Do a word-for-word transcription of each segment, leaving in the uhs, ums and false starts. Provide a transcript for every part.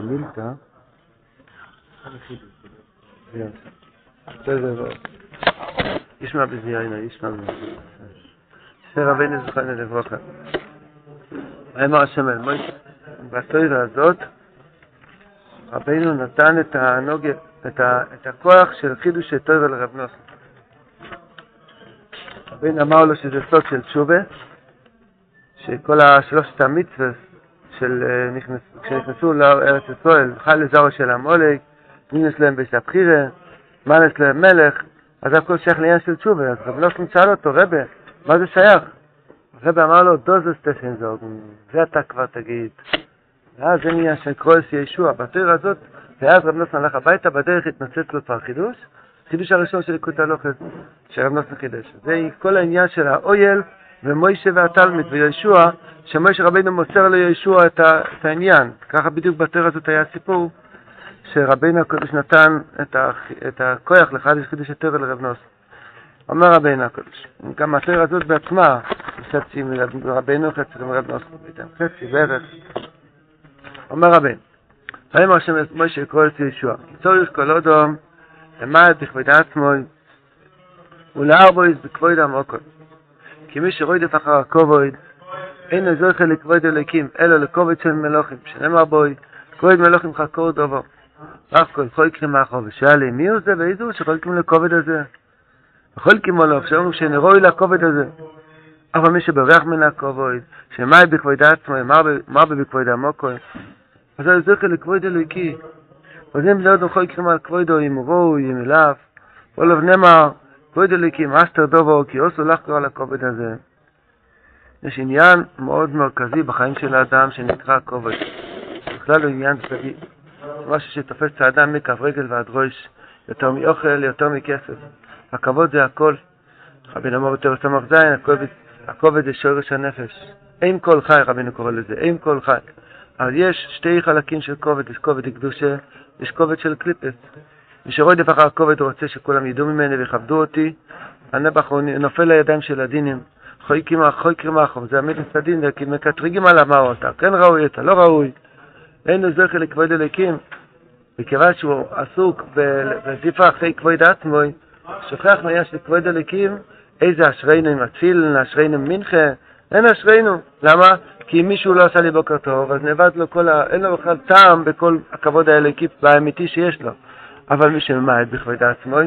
המילתא. בסדר, ישמע בזיינה, ישמע בזיינה. שרבנו זכרנו לברכה. אמר השם אל מוישה, בתורה הזאת רבנו נתן את הנוגע, את, ה, את הכוח של חידוש התורה לרב נוסף. רבנו אמר לו שזה סוד של תשובה, שכל השלושת המצוות של נכנס, כשנכנסו לארץ ישראל, חל לזרוע של המולק, נינס להם בית הבחירה, מנס להם מלך, אז הכל שייך לעניין של תשובה. אז רב נוסף שאל אותו, רבי, מה זה שייך? רבי אמר לו, דוזס תשן זוג, זה אתה כבר תגיד. ואז זה נהיה של קרויס ישוע, בתורה הזאת, ואז רב נוסף הלך הביתה, בדרך התנצץ לו כבר חידוש, חידוש הראשון של ליקוטי הלוכות, שרב נוסף חידש. זה כל העניין של האויל, ומוישה והתלמיד וישוע, שמוישה רבינו מוסר לישוע את, ה, את העניין. ככה בדיוק בתורה הזאת היה סיפור, שרבינו הקודש נתן את, ה, את הכוח לחדש חידוש התורה לרב נוסף. אומר רבינו הקודש, גם התורה הזאת בעצמה, חצי מרבינו, חצי מרב נוסף, חצי בערך. אומר רבינו, ויאמר השם מוישה לקרוא את ישוע, צריך כל אדם למעט בכבוד עצמו, ולארבו יש בכבוד עמוקו. כי מי שרודף אחר הכבוד, אין זוכה לכבוד אלוקים, אלא לכבוד של מלוכים, שנאמר בוי, כבוד מלוכים חקור דובו. אף כל חולקים מאחור, ושאל לי, מי הוא זה ואיזה הוא שחולקים לכבוד הזה? וחולקים עליו, שאומרים שנרואי לכבוד הזה. אבל מי שבורח מן הכבוד, שמאי בכבוד עצמו, מרבה בכבוד עמוקו, אז הוא זוכה לכבוד אלוקי. אז אם לא חולקים על כבודו, אם הוא ראוי, אם אליו, ולא נאמר, כבוד אלוקים, אסתר דובו, כי עושו לחקור על הכבוד הזה. יש עניין מאוד מרכזי בחיים של האדם שנקרא כבוד. בכלל הוא עניין צדדי. משהו שתופס את האדם מכף רגל ועד ראש, יותר מאוכל, יותר מכסף. הכבוד זה הכל. רבינו אמר בתורה סמ"ך זין, הכבוד זה שורש הנפש. אין כל חי, רבינו קורא לזה, אין כל חי. אבל יש שתי חלקים של כבוד, יש כבוד קדושה, יש כבוד של קליפס. מי שרודף אחר הכבוד רוצה שכולם ידעו ממני ויכבדו אותי, הנבח נופל לידיים של הדינים, חויקים אחו, זה עמיד לצדין, כי מקטריגים עליו מה אותה, כן ראוי, אתה לא ראוי, אין לו זוכה לכבוד אלוקים, וכיוון שהוא עסוק בזיפה אחרי כבוד עצמו, שוכח מהעניין של כבוד אלוקים, איזה אשרינו עם התפילין, אשרינו מנחה, אין אשרינו, למה? כי אם מישהו לא עשה לי בוקר טוב, אז נאבד לו כל ה... אין לו בכלל טעם בכל הכבוד האלוקי והאמיתי שיש לו. אבל מי שמעט בכבוד עצמו,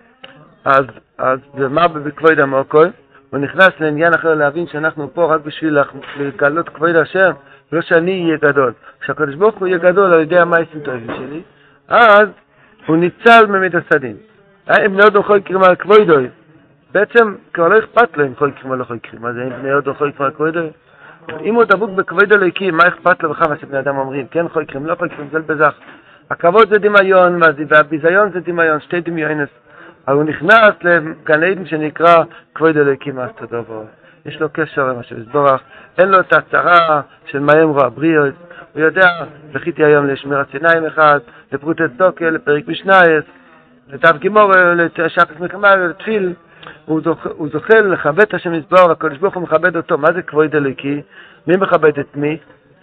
אז, אז מה בכבוד עמוקו, הוא נכנס לעניין אחר להבין שאנחנו פה רק בשביל לגלות כבוד השם, לא שאני אהיה גדול. כשהקדוש ברוך הוא יהיה גדול על ידי המעשים טובים שלי, אז הוא ניצל ממד הסדין. אם בני אדם חולקים על כבודו, בעצם כבר לא אכפת לו אם חולקים או לא חולקים, אז אם בני אדם חולקים על כבודו, אם הוא דבוק בכבוד אלוקים, מה אכפת לו בכלל מה שבני אדם אומרים? כן חולקים, לא חולקים, זה בזך. הכבוד זה דמיון, והביזיון זה דמיון, שתי דמיונס. אבל הוא נכנס לגן עדן שנקרא כבוד אלוקים אסתר דובו. יש לו קשר עם השם יתברך, אין לו את הצרה של מה יאמרו הבריות. הוא יודע, זכיתי היום לשמירת סיני אחד, לפרוטת דוקל, לפרק משנייס, לדף גימור, לשחס מלחמה, לתפיל. הוא זוכה לכבד את השם יתברך, הקדוש ברוך הוא מכבד אותו. מה זה כבוד אלוקי? מי מכבד את מי?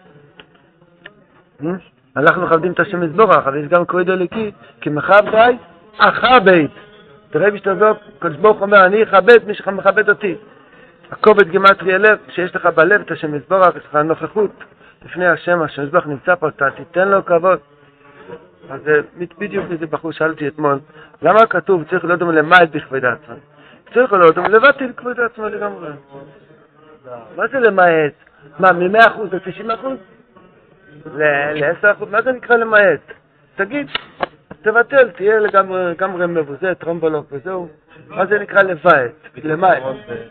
אנחנו מכבדים את השם יתברך, אבל יש גם כבוד אלוקי, כי מכבדי אכבד. תראה בשתזוק, הקדוש ברוך הוא אומר, אני אכבד מי שמכבד אותי. הכובד גימטרי הלב, שיש לך בלב את השם יתברך, יש לך נוכחות לפני השם, השם יתברך נמצא פה, אתה תיתן לו כבוד. אז בדיוק איזה בחור שאלתי אתמול, למה כתוב צריך להיות דומה למעט בכבוד עצמו? צריך להיות דומה לבטל כבוד עצמו לגמרי. מה זה למעט? מה, מ-מאה אחוז ל-תשעים אחוז? ל-עשרה אחוז? מה זה נקרא למעט? תגיד, תבטל, תהיה לגמרי מבוזה, טרומבולוק וזהו. מה זה נקרא לבעט? למעט.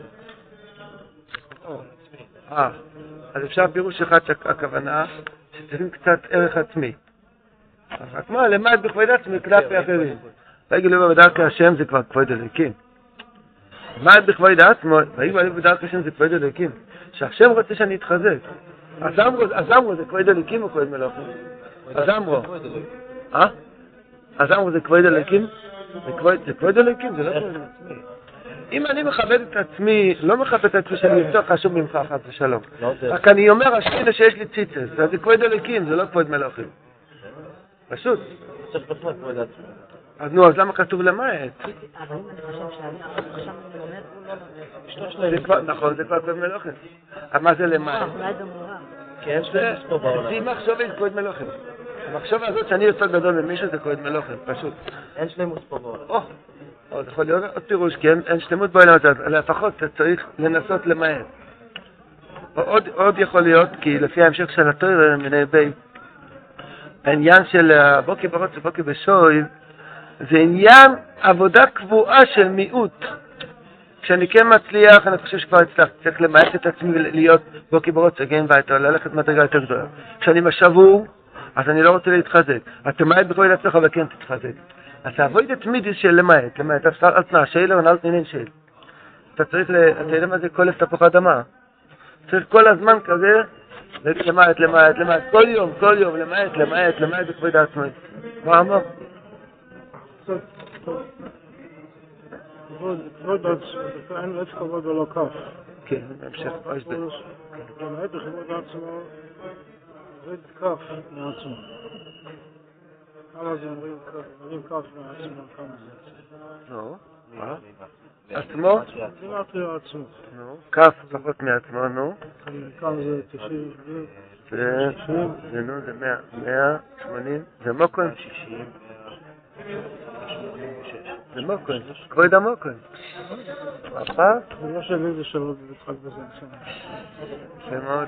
אה, אז אפשר פירוש אחד הכוונה שצריכים קצת ערך עצמי. רק מה, למעט בכבוד עצמי כלפי אחרים. ויגלו לו בדרכי השם זה כבר כבוד אלוקים. למעט בכבוד עצמו, ויגלו לו בדרכי השם זה כבוד אלוקים. שהשם רוצה שאני אתחזק. אז אמרו זה כבוד אלוקים או כבוד מלוכים? אז אמרו. אה? אז אמרו זה כבוד אלוקים? זה כבוד אלוקים, זה לא כבוד עצמי. אם אני מכבד את עצמי, לא מכבד את עצמי שאני יותר חשוב ממך חס ושלום. רק אני אומר, השכינה שיש לי ציצס, זה כבוד אלוקים, זה לא כבוד מלוכים. פשוט. צריך בכלל כבוד עצמו. אז נו, אז למה כתוב למעט? אבל אם אני חושב שאני עכשיו לומד, הוא לא... נכון, זה כבר כבוד מלוכן. אבל מה זה למעט? אולי זה מורה. כי יש להם פה בעולם. זה מחשוב את כבוד מלוכן. המחשוב הזאת שאני יותר גדול ממישהו זה כבוד מלוכן, פשוט. אין שלמות פה בעולם. או, או, זה יכול להיות עוד פירוש, כי אין שלמות בעולם הזה, לפחות אתה צריך לנסות למעט. עוד, עוד יכול להיות, כי לפי ההמשך של התורה, מני בי, העניין של בוקי ברוץ ובוקי בשוי, זה עניין עבודה קבועה של מיעוט. כשאני כן מצליח, אני חושב שכבר הצלחתי, צריך למעט את עצמי להיות בוקי ברוץ, הגן ואיתו, ללכת מדרגה יותר גדולה. כשאני משבור, אז אני לא רוצה להתחזק. אתה מעט בכבוד עצמך, אבל כן תתחזק. אז העבוד התמידי של למעט, למעט, על תנאה, שאלה ונעל תנינין שאל. אתה צריך, אתה יודע מה זה קולף תפוח אדמה? צריך כל הזמן כזה, למעט, למעט, למעט, כל יום, כל יום, למעט, למעט, למעט בכבוד עצמי. מה אמר? כבוד עצמו, אין עץ כבוד ולא כף. כן, המשך, יש ב... למעט בכבוד עצמו, זה כף מעצמו. כמה זה אומרים כף מעצמו, כמה זה? נו, מה? עצמו? דיברתי על עצמו. נו, כף פחות מעצמו, נו. כמה זה תשעים? זה, זה נו, זה מאה, מאה, שמונים, זה מוקון. זה מוקון, כבוד המוקון. אפה? זה לא שלי, זה שלו, זה יצחק בזנסון. זה מאוד.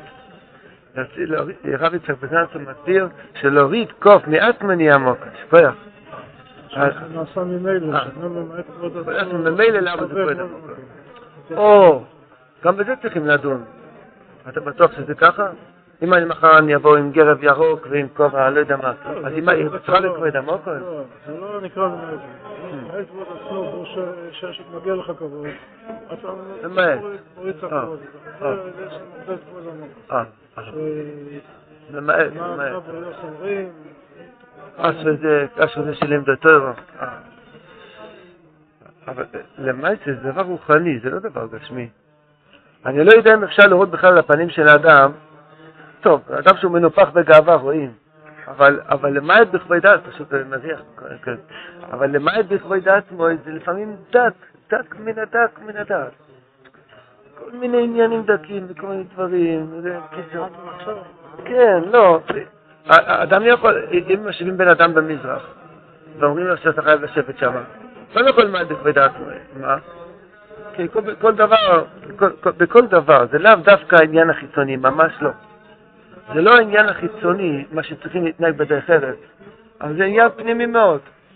רב יצחק בזנסון מסביר שלהוריד קוף מעצמו נהיה מוקון, שפויח. נעשה ממילא, כבוד עצמו ממילא למה זה כבוד המוקון. או, גם בזה צריכים לדון. אתה בטוח שזה ככה? אם אני מחר אני אבוא עם גרב ירוק ועם כובע, לא יודע מה, אז אם היא צריכה לכבוד המוקון? לא, זה לא נקרא למעט. למעט כבוד עצמו, כמו שמגיע לך כבוד. למעט. מוריד את הכבוד. זה כבוד המוקון. אה, למעט, מה למעט. בריאות אומרים? אס וזה, אס וזה של עמדתו. אבל למעט זה דבר רוחני, זה לא דבר גשמי. אני לא יודע אם אפשר לראות בכלל לפנים של האדם. טוב, אדם שהוא מנופח בגאווה רואים, אבל, אבל למעט בכבוד עצמו, פשוט מזיח, אבל למעט בכבוד עצמו זה לפעמים דק, דק מן הדק מן הדק. כל מיני עניינים דקים וכל מיני דברים, זה קיצור. כן, לא, האדם יכול, אם משאבים בן אדם במזרח, ואומרים לו שאתה חייב לשבת שם, לא יכול למעט בכבוד עצמו, מה? כי כל, כל דבר, כל, כל, בכל דבר, זה לאו דווקא העניין החיצוני, ממש לא. זה לא העניין החיצוני, מה שצריכים להתנהג בדרך ארץ, אבל זה עניין פנימי מאוד.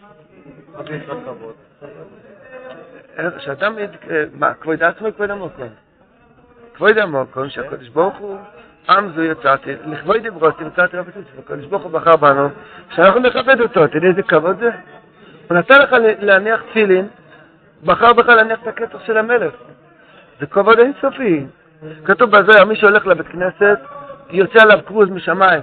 שאדם, מה, כבוד עצמו כבוד המוקון. כבוד המוקון, שהקדוש ברוך הוא, עם זו יצאתי, לכבוד דברותי יצאתי רבתי, והקדוש ברוך הוא בחר בנו, שאנחנו נכבד אותו, אתה יודע איזה כבוד זה? הוא נתן לך להניח תפילין, בחר בך להניח את הכתר של המלך. זה כבוד אינסופי. כתוב בזוהר, מי שהולך לבית כנסת, יוצא עליו קרוז משמיים.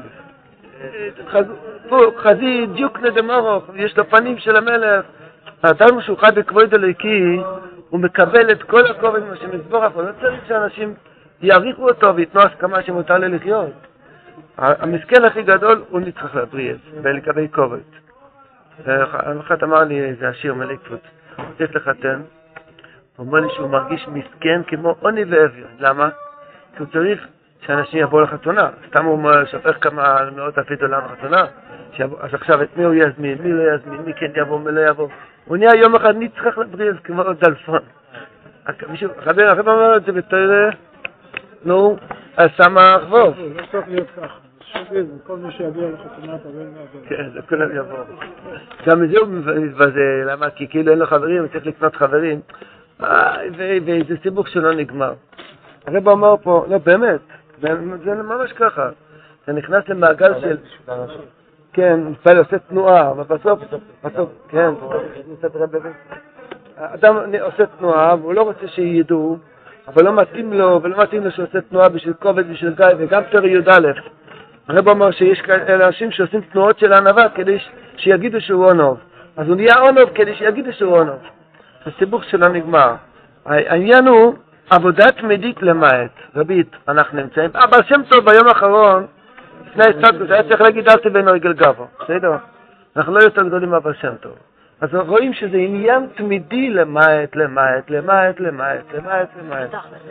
חזי דיוק נדמורוך, יש לו פנים של המלך. האדם שהוא חי בכבוד אלוקי, הוא מקבל את כל הכובד מה שמסבורך, הוא לא צריך שאנשים יעריכו אותו ויתנו הסכמה שמותר לו לחיות. המסכן הכי גדול הוא נצטרך להבריאה, ולקבל כובד. אחד אמר לי איזה עשיר מליקפות, צריך לחתן, הוא אומר לי שהוא מרגיש מסכן כמו עוני ואוויר. למה? כי הוא צריך שאנשים יבואו לחתונה. סתם הוא שופך כמה מאות אלפי דולר לחתונה. אז עכשיו את מי הוא יזמין, מי לא יזמין, מי כן יבוא, מי לא יבוא. הוא נהיה יום אחד נצטרך לבריאז כמו דלפון. חבר, הרב אמר את זה בתורה, נו, אז שמה אחבוב. לא צריך להיות ככה. שוגז, כל מי שיגיע לחתונה תבין מהבא. כן, זה כולם יבואו. גם מזה הוא מתבזה, למה? כי כאילו אין לו חברים, הוא צריך לקנות חברים. וזה סיבוך שלא נגמר. הרב אומר פה, לא באמת, זה ממש ככה. אתה נכנס למעגל של... כן, מתפעל עושה תנועה, אבל בסוף, בסוף, כן, אדם עושה תנועה, והוא לא רוצה שידעו, אבל לא מתאים לו, ולא מתאים לו שעושה תנועה בשביל כובד, בשביל גיא, וגם פרק י"א. הרב אומר שיש כאלה אנשים שעושים תנועות של ענווה כדי שיגידו שהוא עונוב. אז הוא נהיה עונוב כדי שיגידו שהוא עונוב. הסיבוך שלו נגמר. העניין הוא עבודת מדית למעט. רבית, אנחנו נמצאים. אבל שם טוב ביום האחרון לפני הסטטוס, היה צריך להגיד אל תבן רגל גבו, בסדר? אנחנו לא יותר גדולים מהבר שם טוב. אז רואים שזה עניין תמידי למעט, למעט, למעט, למעט, למעט, למעט.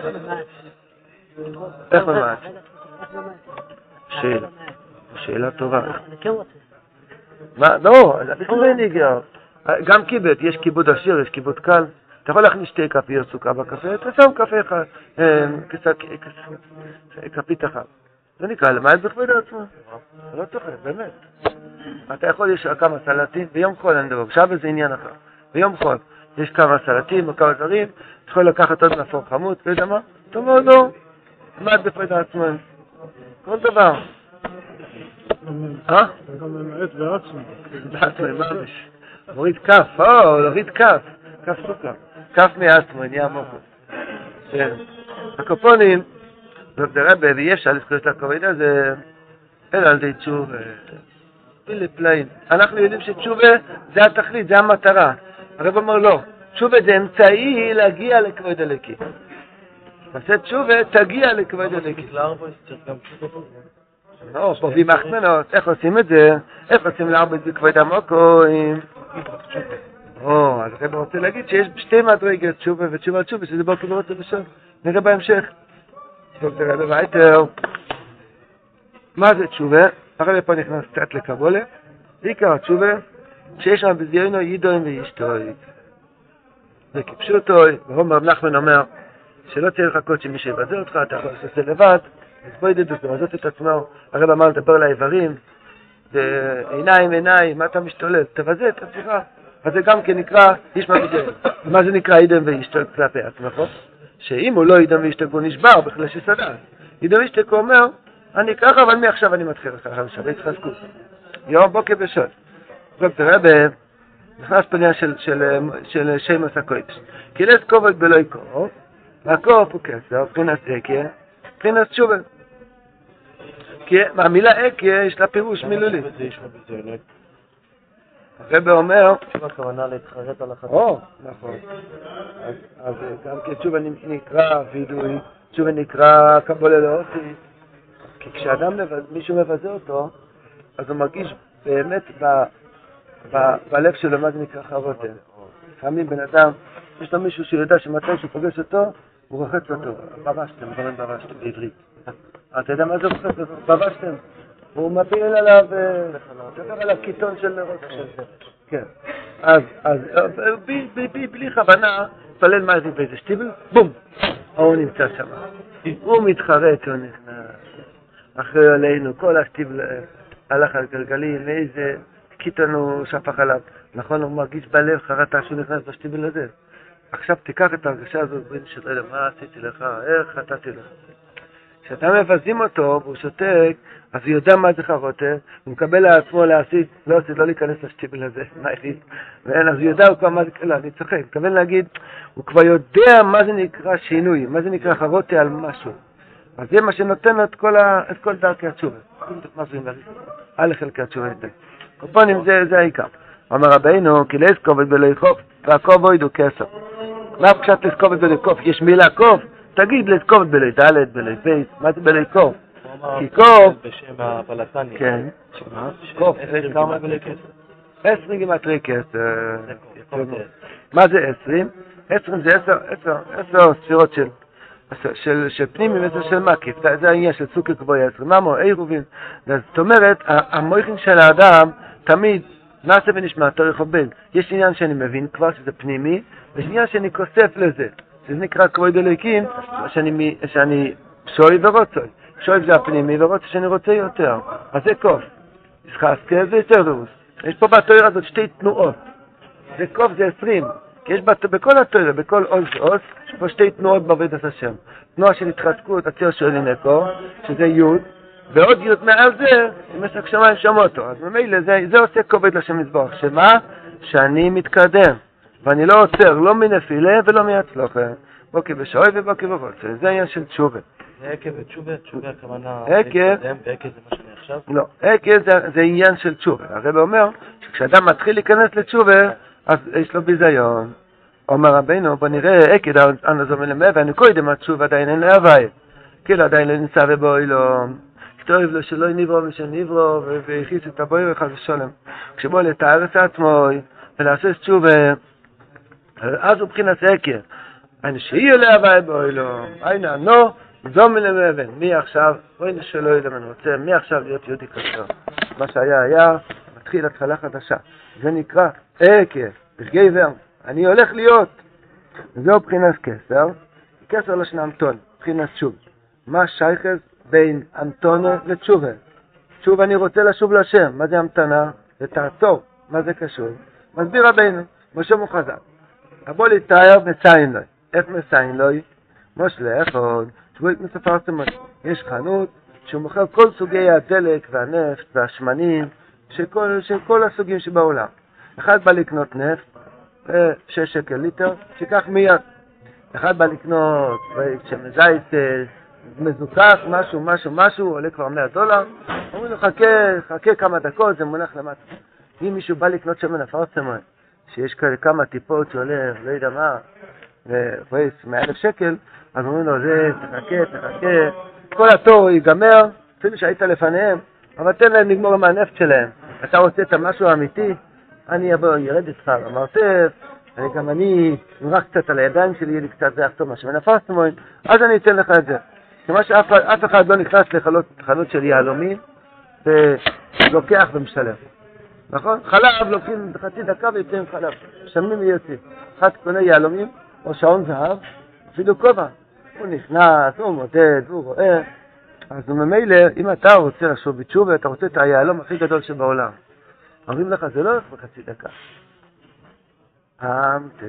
איך למעט? שאלה. שאלה טובה. מה? לא, לפני ניגר. גם כיבוד, יש כיבוד עשיר, יש כיבוד קל. אתה יכול להכניס שתי כפיות סוכה בקפה, אתה שם קפה אחד, כפית אחת. זה נקרא למעט בכבוד עצמו. זה לא תוכל, באמת. אתה יכול, יש כמה סלטים, ביום חול אני מדבר, עכשיו זה עניין אחר. ביום חול יש כמה סלטים או כמה דברים, אתה יכול לקחת עוד מאפור חמוד, אתה יודע מה? אתה אומר לא, למעט בכבוד עצמו. כל דבר. אה? גם למעט בעצמו. בעצמו, ממש. מוריד כף, או, להוריד כף. כף סוכר. כף מעצמו, נהיה מופת. הקופונים, דוקטור רבי, ואי אפשר לזכור את הקובידה, זה אין על די תשובה. פילי פלאים. אנחנו יודעים שתשובה זה התכלית, זה המטרה. הרב אומר לא, תשובה זה אמצעי להגיע לכבוד הלקי. תעשה תשובה, תגיע לכבוד הלקי. לא, פה במחמנות, איך עושים את זה? איך עושים לעבוד בכבוד המוקוים? או, אז הרב רוצה להגיד שיש שתי מדרגות, תשובה ותשובה תשובה, שזה בוקר ורוצה בשם. נראה בהמשך. דוקטור רבי וייטר. מה זה תשובה? הרב פה נכנס קצת לקבולה. עיקר התשובה, שיש שם בזיינו יידוים וישתוי. וכפשוטו, והומר נחמן אומר, שלא צריך לחכות שמי שיבזה אותך, אתה יכול לעשות זה לבד, להתבודד ולבזות את עצמו. הרב אמר לדבר לעברים, עיניים עיניים, מה אתה משתולל? תבזה את עצמך. אז זה גם כן נקרא איש מבזה. מה זה נקרא יידוים וישתוי כלפי עצמך? שאם הוא לא יידוים וישתוי, הוא נשבר בכלל שסדר. יידוים וישתוי אומר, אני ככה, אבל מעכשיו אני מתחיל ככה, שווה התחזקות. יום בוקר בשעות. דוקטור רבי, נכנס פניה של, של, של שמוס הקודש. קילס כובד בלוי קוף, והקוף הוא כסר, מבחינת אקיה, מבחינת תשובה. כי מהמילה אקיה יש לה פירוש מילולי. הרבי אומר... תשובה הכוונה להתחרט על החטא. או, נכון. אז, אז גם כתשובה נקרא וידוי, תשובה נקרא קבולה לאופי. כי כשאדם, מישהו מבזה אותו, אז הוא מרגיש באמת ב, ב, בלב שלו מה זה נקרא חרוטה. לפעמים בן אדם, יש לו מישהו שיודע שמתי שהוא פוגש אותו, הוא רוחץ אותו. בבשתם, דברים בבשתם בעברית. אתה יודע מה זה רוחץ אותו? בבשתם. והוא מפיל עליו, מדבר על הקיטון של נרות. כן. אז, אז, בלי כוונה, פלל מה זה באיזה שטיבל, בום! הוא נמצא שם. הוא מתחרט, הוא נכנס. אחרי עלינו, כל השטיבל הלך על גלגלים, איזה קיטון הוא שפך עליו. נכון, הוא מרגיש בלב חרטה שהוא נכנס בשטיבל הזה. עכשיו תיקח את ההרגשה הזאת, בואי נשאלה, מה עשיתי לך? איך חטאתי לך? כשאתה מבזים אותו והוא שותק, אז הוא יודע מה זה חרוטה, הוא מקבל לעצמו להסיט, לא עשית, לא להיכנס לשטיבל הזה, מה החליט? ואין, אז הוא יודע, הוא כבר מה זה, לא, אני צוחק, מתכוון להגיד, הוא כבר יודע מה זה נקרא שינוי, מה זה נקרא חרוטה על משהו. אז זה מה שנותן לו את כל, ה, את כל דרכי התשובה. א' חלקי התשובה יותר. קופונים זה, זה העיקר. אומר רבינו, כי לאסקובד בלוי חוף, והקוב אוידו כסף. מה פשט לאסקובד בלוי חוף? יש מילה קוף? תגיד לאסקובד בלוי ד' בלוי פייס, מה זה בלוי קוף? כי קוף... בשם הפלסני. כן. קוף, כמה בלוי כסף? עשרים גימטרי כסף. מה זה עשרים? עשרים זה עשר, עשר, עשר ספירות של... של, של פנימי וזה של מקיף, זה, זה העניין של סוכר קבועי עשרים, מה מו, עירובין, זאת אומרת, המויכין של האדם תמיד נעשה ונשמע, תורך ובין, יש עניין שאני מבין כבר שזה פנימי, ויש עניין שאני כוסף לזה, שזה נקרא כבוד אלוהיקים, שאני, שאני שוי ורוצוי, שוי זה הפנימי ורוצוי שאני רוצה יותר, אז זה קוף, יש חסקה זה יותר דרוס, יש פה בתויר הזאת שתי תנועות, זה קוף זה עשרים, כי יש בכל התוירה, בכל עוז ועוז, יש פה שתי תנועות בעבודת השם. תנועה של התחזקות, הציר של לינקו, שזה י' ועוד י' מעל זה, משק שמיים שמותו. אז ממילא זה, זה עושה כובד לשם מזבוח. שמה? שאני מתקדם. ואני לא עוצר, לא מנפילה ולא מהצלוחה. בוקר בשעוי ובוקר בבוצר. זה העניין של תשובה. זה עקב ותשובה, תשובה הכוונה... עקב... ועקב זה מה שאני עכשיו? לא, עקב זה, זה עניין של תשובה. הרב אומר שכשאדם מתחיל להיכנס לתשובה, אז יש לו ביזיון. אומר רבינו, בוא נראה, עקד אנו זומן למאה, ואני קודם התשוב עדיין אין להווי. כאילו עדיין לא נמצא ובואי לו. כתוב לו שלא נברו משנברו והכיס את הבויר חס ושלום. כשבוא לתאר את עצמו ולעשות תשובה, אז הוא מבחינת עקר. אני שיהיה להווי באוילום, היינו ענו, זום מלמבן. מי עכשיו, בואי נשאלו ילמן רוצה, מי עכשיו להיות יהודי כסר? מה שהיה היה, מתחיל התחלה חדשה. זה נקרא עקר, בגבר, אני הולך להיות. זהו מבחינת כסר, כסר לשון אמתון, מבחינת שוב. מה שייכת בין אמתונה לתשובה? שוב אני רוצה לשוב לשם, מה זה המתנה? זה תעצור, מה זה קשור? מסביר רבינו, משה מוחזק. הבוא להתאר מציין לוי. איך מציין לוי? מושלה אחד, שבועית מספרתם, יש חנות שהוא מוכר כל סוגי הדלק והנפט והשמנים של כל, של כל הסוגים שבעולם. אחד בא לקנות נפט, שש שקל ליטר, שיקח מיד. אחד בא לקנות שמזית מזוכח, משהו, משהו, משהו, עולה כבר מאה דולר. אומרים לו, חכה, חכה כמה דקות, זה מונח למטה. אם מישהו בא לקנות שמן אפרסמון, שיש כאלה כמה טיפות שעולה, לא יודע מה, וחויס מאלף שקל, אז אומרים לו, זה, תחכה, תחכה, כל התור ייגמר, אפילו שהיית לפניהם, אבל תן להם לגמור מהנפט שלהם. אתה רוצה את המשהו האמיתי? אני אבוא, ירד איתך במרתף, אני גם אני, נראה קצת על הידיים שלי, יהיה לי קצת זה אחתום, שמן אפרסמון, אז אני אתן לך את זה. כמו שאף אף אחד לא נכנס לחנות של יהלומים, ולוקח ומשלם. נכון? חלב לוקחים חצי דקה ויוצאים חלב. משלמים ויוצאים. אחד קונה יהלומים, או שעון זהב, אפילו כובע. הוא נכנס, הוא מודד, הוא רואה. אז ממילא, אם אתה רוצה לשוב בתשובה, אתה רוצה את היהלום הכי גדול שבעולם. אומרים לך, זה לא הולך בחצי דקה. אמתי,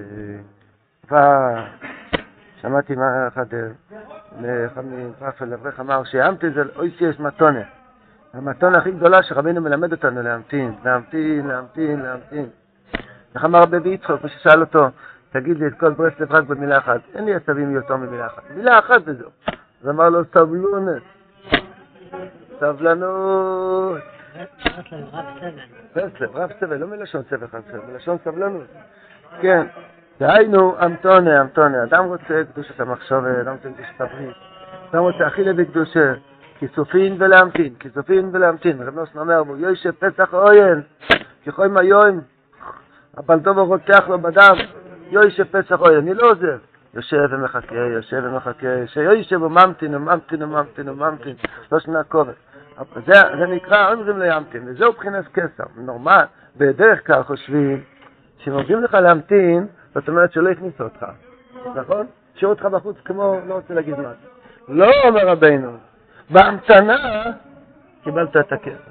שמעתי מה אחד, אחד מפרפל אברך אמר, שאמתי זה אוי שיש מתונה. המתונה הכי גדולה שרבינו מלמד אותנו להמתין, להמתין, להמתין, להמתין. איך אמר רבי יצחק, מי ששאל אותו, תגיד לי את כל ברסלב רק במילה אחת. אין לי עצבים יותר ממילה אחת. מילה אחת וזהו. אז אמר לו, סבלונת. סבלנות. ברסלב, רב סבל, לא מלשון סבל אחד סבל, מלשון סבלנות. כן. דהיינו, אמתונה, אמתונה. אדם רוצה קדושת המחשבה, אדם רוצה קדושת הברית. אדם רוצה אכילה בקדושה. כיסופין ולהמתין, כיסופין ולהמתין. רב נוסן אומר, הוא יושב פסח אוין, ככל מהיום, הבלדובר רותח לו בדם, יושב פסח אוין, אני לא עוזר. יושב ומחכה, יושב ומחכה, שיושב וממתין, וממתין, וממתין, וממתין, לא שנה כובד. זה, זה נקרא, אומרים להמתין, וזהו מבחינת כסר. נורמל, בדרך כלל חושבים, שמורגים לך להמתין, זאת אומרת שלא הכניסו אותך. נכון? שאיר אותך בחוץ כמו, לא רוצה להגיד מה. לא אומר רבינו. בהמתנה קיבלת את הכסף.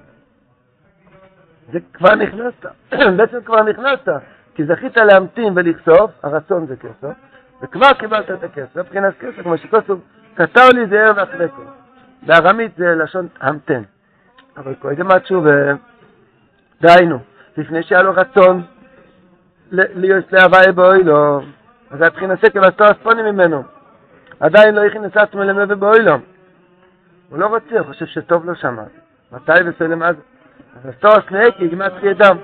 זה כבר נכנסת. בעצם כבר נכנסת. כי זכית להמתין ולכסוף, הרצון זה כסף, וכבר קיבלת את הכסף. מבחינת כסף, כמו שכוסו, כתב לי זה ערב החלקה. בארמית זה לשון המתן. אבל קודם התשובה, דהיינו, לפני שהיה לו רצון להיות להווי באוילום, אז הבחינת סקל עשו הספונים ממנו. עדיין לא הכניס עצמו למבוא באוילום. הוא לא רוצה, הוא חושב שטוב לו שם. מתי וסלם אז? אז הסתור הסנאקי, גמת ידם.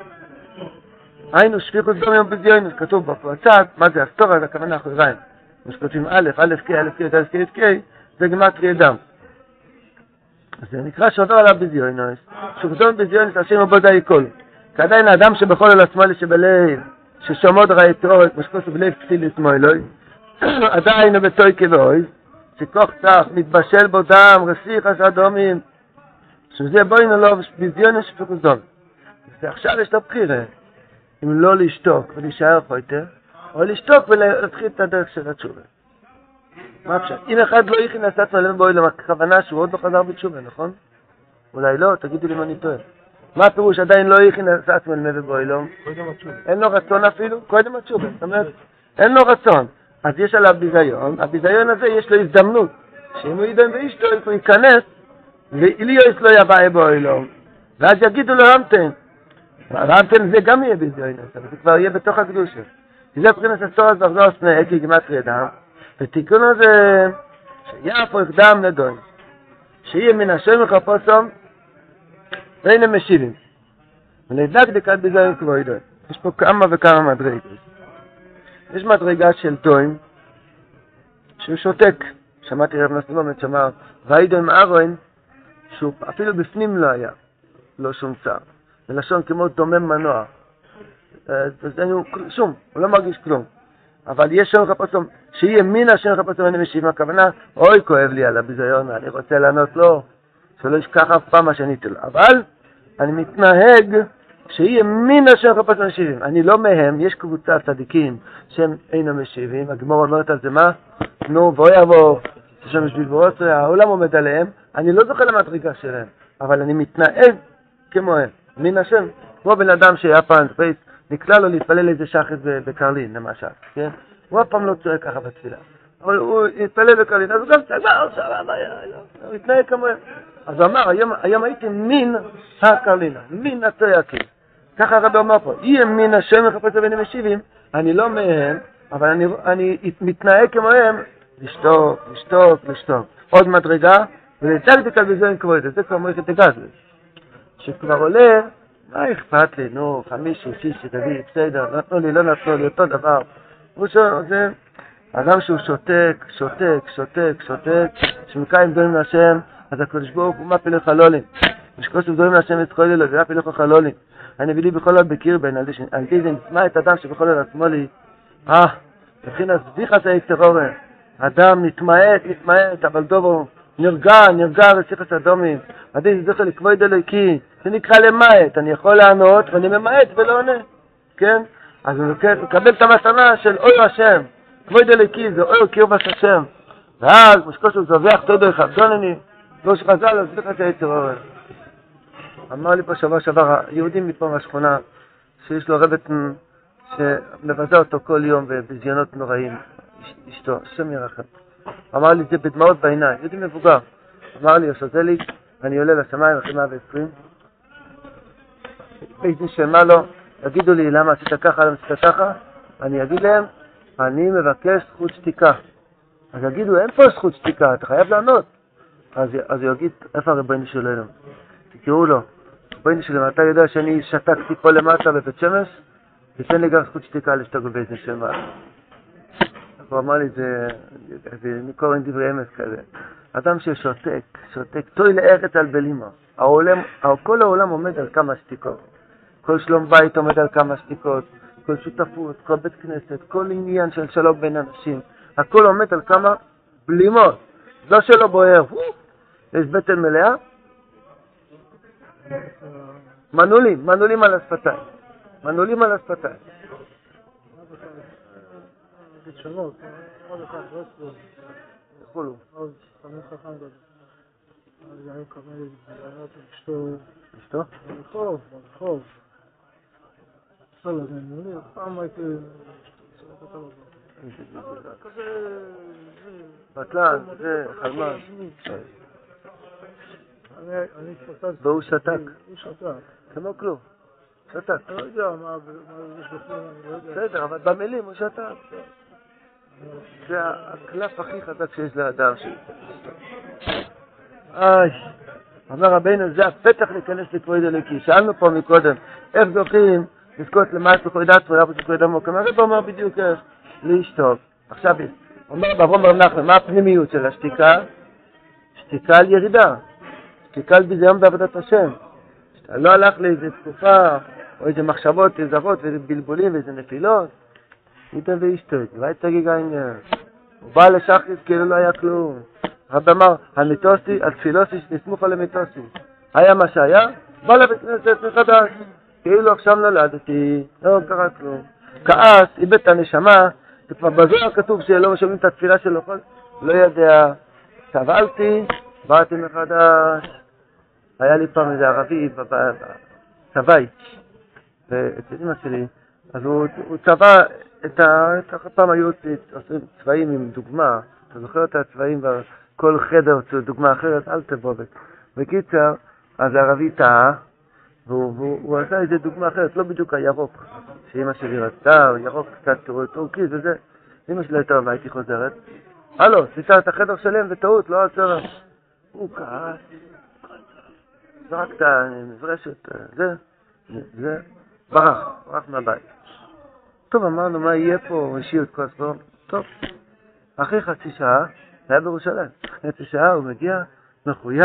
היינו שפיכות דום יום בזיונוס, כתוב בפרצת, מה זה הסתור? אז הכוונה אחריים. משכותים א', א' קי, א' קי, א' קי, א' קי, זה גמת ידם. אז זה נקרא שעובר עליו בזיונוס. שוקדום בזיונוס, השם עבודה יקול. כי עדיין האדם שבכל על עצמו לשבלב, ששומוד ראיתו, את משכותו בלב כסיל עצמו אלוהי, עדיין הוא בתוי כבוי, שכוח צח, מתבשל בו דם, רסיך אדומים, שזה בוינו לו בזיון שפיכות דום. ועכשיו יש לו בחירה, אם לא לשתוק ולהישאר חויטר, או לשתוק ולהתחיל את הדרך של התשובה. מה אפשר? אם אחד לא יכין לעשות מלא בוי לכוונה שהוא עוד לא חזר בתשובה, נכון? אולי לא, תגידו לי מה אני טועה. מה הפירוש עדיין לא יכין לעשות מלא בוי לא? אין לו רצון אפילו? קודם התשובה. זאת אומרת, אין לו רצון. אז יש עליו ביזיון, הביזיון הזה יש לו הזדמנות, שאם הוא ידעם ואישתו, הוא ייכנס, ואיליוס לא יבוא באוילום, ואז יגידו לו המתן. המתן זה גם יהיה ביזיון, אבל זה כבר יהיה בתוך הקדושה. כי זה מבחינת הסתור אז לחזור סנאי, כי גמת דם, ותיקון הזה, שיהפוך דם נדון, שיהיה מן השם מחפושום, ואין הם משיבים. ולדק דקת ביזיון כמו ידון. יש פה כמה וכמה מדרגות. יש מדרגה של טועים, שהוא שותק. שמעתי רב נסלומת שאמר, ואידון מארון, שהוא אפילו בפנים לא היה, לא שום צער. בלשון כמו דומם מנוע. אז אין הוא שום, הוא לא מרגיש כלום. אבל יש שם חפצום, שיהיה מן השם חפצום אני משיב, הכוונה, אוי כואב לי על הביזיון, אני רוצה לענות לו, שלא ישכח אף פעם מה שעניתי לו. אבל אני מתנהג שיהיה מן השם חפצום משיבים. אני לא מהם, יש קבוצה צדיקים שהם אינם משיבים, הגמור אומרת על זה מה? נו, בואי יבוא, ששם יש בלבורות, העולם עומד עליהם, אני לא זוכה למדרגה שלהם, אבל אני מתנהג כמוהם, מן השם, כמו בן אדם שהיה פעם, נקלע לו להתפלל איזה שחת בקרלין, למשל, כן? הוא אף פעם לא צועק ככה בתפילה, אבל הוא התפלל בקרלין, אז הוא גם צעק, הוא התנהג כמוהם. אז הוא אמר, היום, היום הייתי מן הקרלינה, מן הצועקים. ככה הרב אומר פה, יהיה מן השם מחפש לבני משיבים, אני לא מהם, אבל אני, אני מתנהג כמוהם, לשתוק, לשתוק, לשתוק. עוד מדרגה, ולצגתי בזה כמו את זה, זה כבר מוריך את הגז. שכבר עולה, מה אכפת לי, נו, חמישי, שישי, תביא, בסדר, נתנו לי, לא נתנו לי, אותו דבר. הוא שואל, זה, אדם שהוא שותק, שותק, שותק, שותק, שמקיים דברים להשם, אז הקדוש ברוך הוא מפיל לך חלולים. משקוס דברים להשם את כל אלו, זה מפיל לך חלולים. אני מביא לי בכל עוד בקיר בין, על די זה נשמע את אדם שבכל עוד עצמו לי, אה, מבחין הסביך הזה יצטרורן. אדם נתמעט, נתמעט, אבל דובו נרגע, נרגע ושיחס אדומים. עדי זה זוכר לכבוד אלוהיקי, זה נקרא למעט. אני יכול לענות ואני ממעט ולא עונה. כן? אז הוא מקבל את המתנה של אור השם. כבוד אלוהיקי זה אור קרבת השם. ואז משקוס הוא זובח תודו אחד, דונני, לא שחזל, הסביך הזה יצטרורן. אמר לי פה שבוע שעבר, יהודים מפה מהשכונה, שיש לו רבת שמבזה אותו כל יום בזיונות נוראים, אשתו, השם ירחם. אמר לי זה בדמעות בעיניים, יהודי מבוגר. אמר לי, ישזה לי, אני עולה לשמיים אחרי מאה ועשרים. איזה שמה לו, יגידו לי למה עשית ככה, למה עשית ככה, אני אגיד להם, אני מבקש זכות שתיקה. אז יגידו, אין פה זכות שתיקה, אתה חייב לענות. אז, אז הוא יגיד, איפה הרבני שלנו? תקראו לו, רבני שלנו, אתה יודע שאני שתקתי פה למטה בבית שמש? תתן לי גם זכות שתיקה לשתוק בבית נשמה. הוא אמר לי, זה, זה נקור עם דברי אמס כזה. אדם ששותק, שותק, תוי לארץ על בלימה. העולם, כל העולם עומד על כמה שתיקות. כל שלום בית עומד על כמה שתיקות. כל שותפות, כל בית כנסת, כל עניין של שלום בין אנשים. הכל עומד על כמה בלימות. לא שלא בוער. יש בטן מלאה. מנעולים, מנעולים על השפתיים. מנעולים על השפתיים. שונות, עוד אחד, עוד אחד. יכולו. עוד חמש חכם גדול. אז היה מקבל את אשתו. אשתו? ברחוב, ברחוב. לא יודע, אני אומר, פעם הייתי... כזה... בטלן, זה, חלמש. אני התפסדתי. והוא שתק. הוא שתק. כמו כלום. שתק. אני לא יודע מה יש בפנים, אני לא יודע. בסדר, אבל במילים הוא שתק. זה הקלף הכי חזק שיש לאדם. איי, אומר רבינו, זה הפתח להיכנס לכבוד אלוקי. שאלנו פה מקודם, איך זוכים לזכות למעט בכבוד עצמו, לאפס בכבוד עמוק. הרב אומר בדיוק איך, להשתוק. עכשיו, אומר באברהם בר נחמן, מה הפנימיות של השתיקה? שתיקה על ירידה. שתיקה על ביזיון בעבודת השם. שאתה לא הלך לאיזו תקופה, או איזה מחשבות זרות, ואיזה בלבולים, ואיזה נפילות. ייתן ואשתוק, ויתגיג העניין. הוא בא לשחריס כאילו לא היה כלום. הרב אמר, המיתוסי, התפילוסי שנסמוך על המיתוסי. היה מה שהיה, בא לבית כנסת מחדש. כאילו עכשיו נולדתי, לא קרה כלום. כעס, איבד את הנשמה, וכבר בזוהר כתוב שלא משומעים את התפילה שלו, לא יודע. סבלתי, באתי מחדש. היה לי פעם איזה ערבי בצוואי, ואצל אמא שלי, אז הוא, הוא צבע את ה... ככה פעם היו עושים צבעים עם דוגמה, אתה זוכר את הצבעים בכל חדר דוגמה אחרת, אל תבוא. בקיצר, אז הערבי טעה, והוא הוא, הוא עשה איזה דוגמה אחרת, לא בדיוק הירוק, שאמא שלי רצתה, ירוק קצת טורקי וזה, אמא שלי הייתה והייתי חוזרת, הלו, סיסה את החדר שלם וטעות, לא עצרה. הוא כעס, זרק את המברשת, זה, זה, ברח, ברח מהבית. טוב, אמרנו, מה יהיה פה? הוא השאיר את כל הספור. טוב. אחרי חצי שעה, היה בירושלים. חצי שעה הוא מגיע, מחוייך,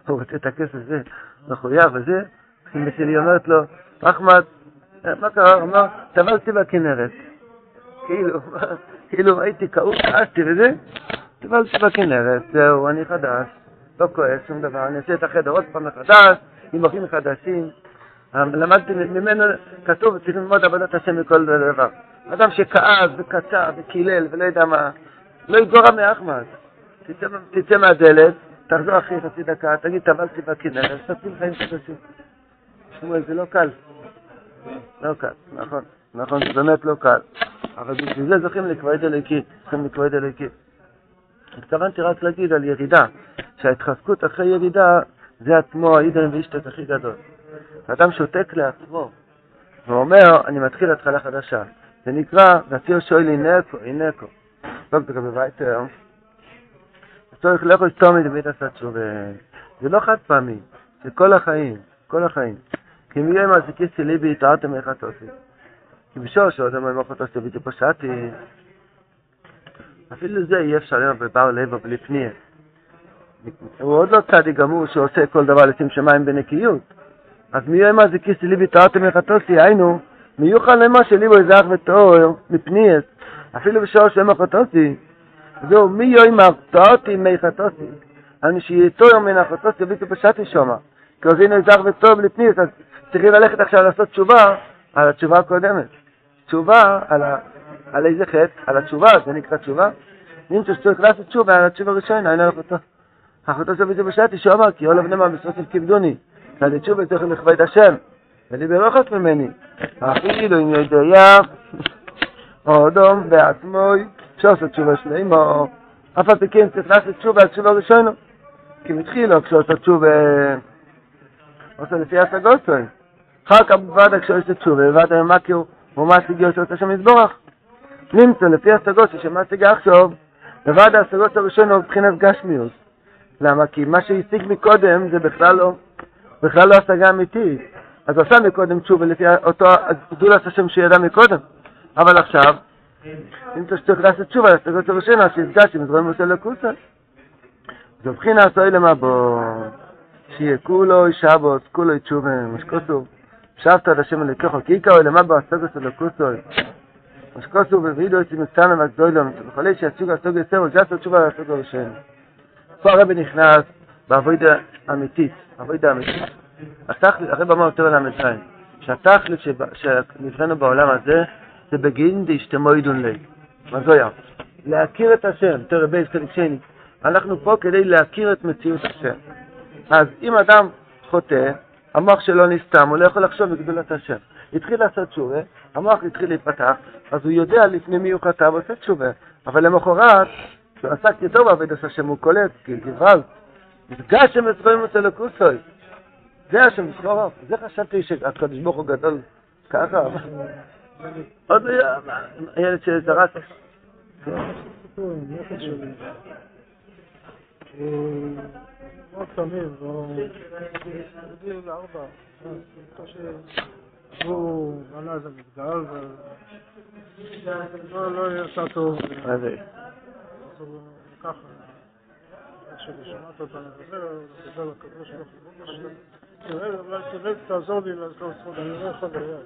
הוא רוצה את הכסף הזה, מחויב וזה, אמא שלי אומרת לו, אחמד, מה קרה? הוא אמר, טבלתי בכנרת. כאילו, כאילו הייתי כאוב, כעסתי וזה, טבלתי בכנרת, זהו, אני חדש, לא כועס, שום דבר, אני אעשה את החדר עוד פעם מחדש, עם אחים חדשים, למדתי ממנו, כתוב, צריך ללמוד עבודת השם מכל דבר. אדם שכעס וקצר וקילל ולא יודע מה, לא יגורע מאחמד. תצא, תצא מהדלת, תחזור אחרי חצי דקה, תגיד, טבלתי בכנרת, תציל חיים חדשים. שמואל, זה לא קל. לא קל, נכון, נכון, זה באמת לא קל. אבל בשביל זה זוכים לכבוד אלוקי, זוכים לכבוד אלוקי. התכוונתי רק להגיד על ירידה, שההתחזקות אחרי ירידה זה עצמו העידן ואישתת הכי גדול. האדם שותק לעצמו ואומר, אני מתחיל התחלה חדשה. זה נקרא, והציר שואל אינקו, אינקו. לא כדאי בבית היום. צריך לאכול סתומי דבית עשת שוב. זה לא חד פעמי, זה כל החיים, כל החיים. כי מי יהיה מהזיקיסי ליבי התארתם איך אותי. כי בשור שעוד אמרו איך אותו סביתי פשעתי. אפילו זה אי אפשר למה בבר לב בלי פניה. הוא עוד לא צדיק גמור שעושה כל דבר לשים שמיים בנקיות. אז מי יהיה מהזיקיסי ליבי התארתם איך אותי, היינו, מיוחד למה שליבו יזרח וטהור מפניית, אפילו בשור שהם אחותוסי, זהו, מי יאמר תארתי מיחתוסי, אני שיתור מן אחותוסי ביטו פשעתי שמה, כי עוזינו יזרח וטהור לפניית, אז צריכים ללכת עכשיו לעשות תשובה על התשובה הקודמת. תשובה על, ה... על איזה חטא? על התשובה, זה נקרא תשובה. נמצא שצריך לעשות תשובה על התשובה הראשונה, אין על אחותו. אחותוסי ביטו פשעתי שמה, כי עולב נמה בסוף כבדוני, כדי תשובה צריך לכבד השם. וליברוכת ממני, אפילו אם יודע, אודום בעצמוי, שעושה תשובה שלמה, אף על פי כן צריך לעשות תשובה על תשובה ראשונה, כי מתחילו כשעושה תשובה, עושה לפי השגוסוי. אחר כך בוודא כשעושה תשובה, בוודא ממקיו, ומשיגי עושה שם יזבורך. נמצא לפי השגוסוי שמשיגי עכשיו, בוודא השגוסוי הראשונה הוא מבחינת גשמיוס. למה? כי מה שהשיג מקודם זה בכלל לא, בכלל לא השגה אמיתית. אז הוא עשה מקודם תשובה לפי אותו גדולת השם שידע מקודם. אבל עכשיו, אם צריך לעשות תשובה, אז תגוד הראשונה שיפגש עם זרועים עושה לקוסה. זו בחינה עשוי למבוא, שיהיה כולו שבוס, כולו תשובה, משקוסו, שבת עד השם הלקחו, כי עיקר למבוא הסוג עושה לקוסו, משקוסו ובעידו יצאים מקטנה והגדולו, וכולי שהסוג הסוג יסרו, זה עשו תשובה לסוג הראשונה. פה הרבי נכנס בעבודה אמיתית, עבודה אמיתית. הרב אמר יותר על המזריים, שהתכלית שנבחנו בעולם הזה, זה בגין דשתמו ידון לי. מה זו היה? להכיר את השם, תראה בייס קליקשני. אנחנו פה כדי להכיר את מציאות השם. אז אם אדם חוטא, המוח שלו נסתם, הוא לא יכול לחשוב בגדולת השם. התחיל לעשות תשובה, המוח התחיל להתפתח, אז הוא יודע לפני מי הוא חטא ועושה תשובה. אבל למחרת, כשהוא עסק יותר בעבודת השם, הוא קולט, כי גבל, נפגש עם זרועים עושה לקוסוי. זה השם זכור, זה חשבתי שהקדוש ברוך הוא גדול ככה. עוד לא הילד שזרק. סיפור עם נכד שלי. הוא מאוד תמיד, בגיל ארבע. הוא בנה איזה מגדל ולא יצא טוב. מה זה? אז הוא ככה. כששמעת אותה מדבר, מדבר לקדוש ברוך הוא. תראה, אולי תראה, תעזור לי לעזור זכות, אני לא יכול ליד.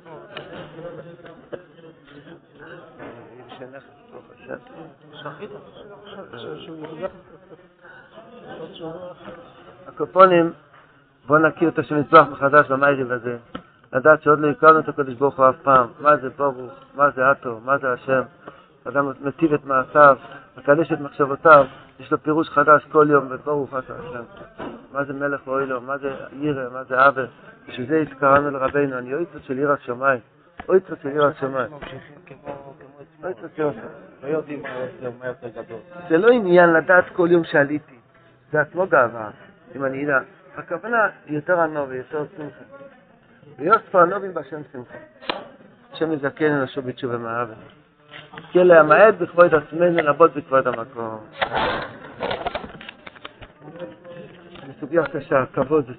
הקופונים, בוא נכיר את השם מזבח מחדש במייריב הזה. לדעת שעוד לא הכרנו את הקדוש ברוך הוא אף פעם. מה זה ברוך, מה זה אתו, מה זה השם. אדם מטיב את מעשיו, מקדש את מחשבותיו, יש לו פירוש חדש כל יום, וברוך אתה השם. מה זה מלך ואוי לו, מה זה ירא, מה זה עבר. בשביל זה התקראנו לרבינו, אני אויצות של יראת שמיים. אויצות של יראת שמיים. אויצות של יראת שמיים. לא יודעים מה יותר גדול. זה לא עניין לדעת כל יום שעליתי. זה עצמו גאווה, אם אני יודע. הכוונה יותר ענובי, יותר שמחה. ויוספו ענובים בשם שמחה. השם יזכן אנשו בתשובה מהאבן. כי אלה המעט בכבוד עצמנו, לעבוד בכבוד המקום. בסוגיה קשה, כבוד.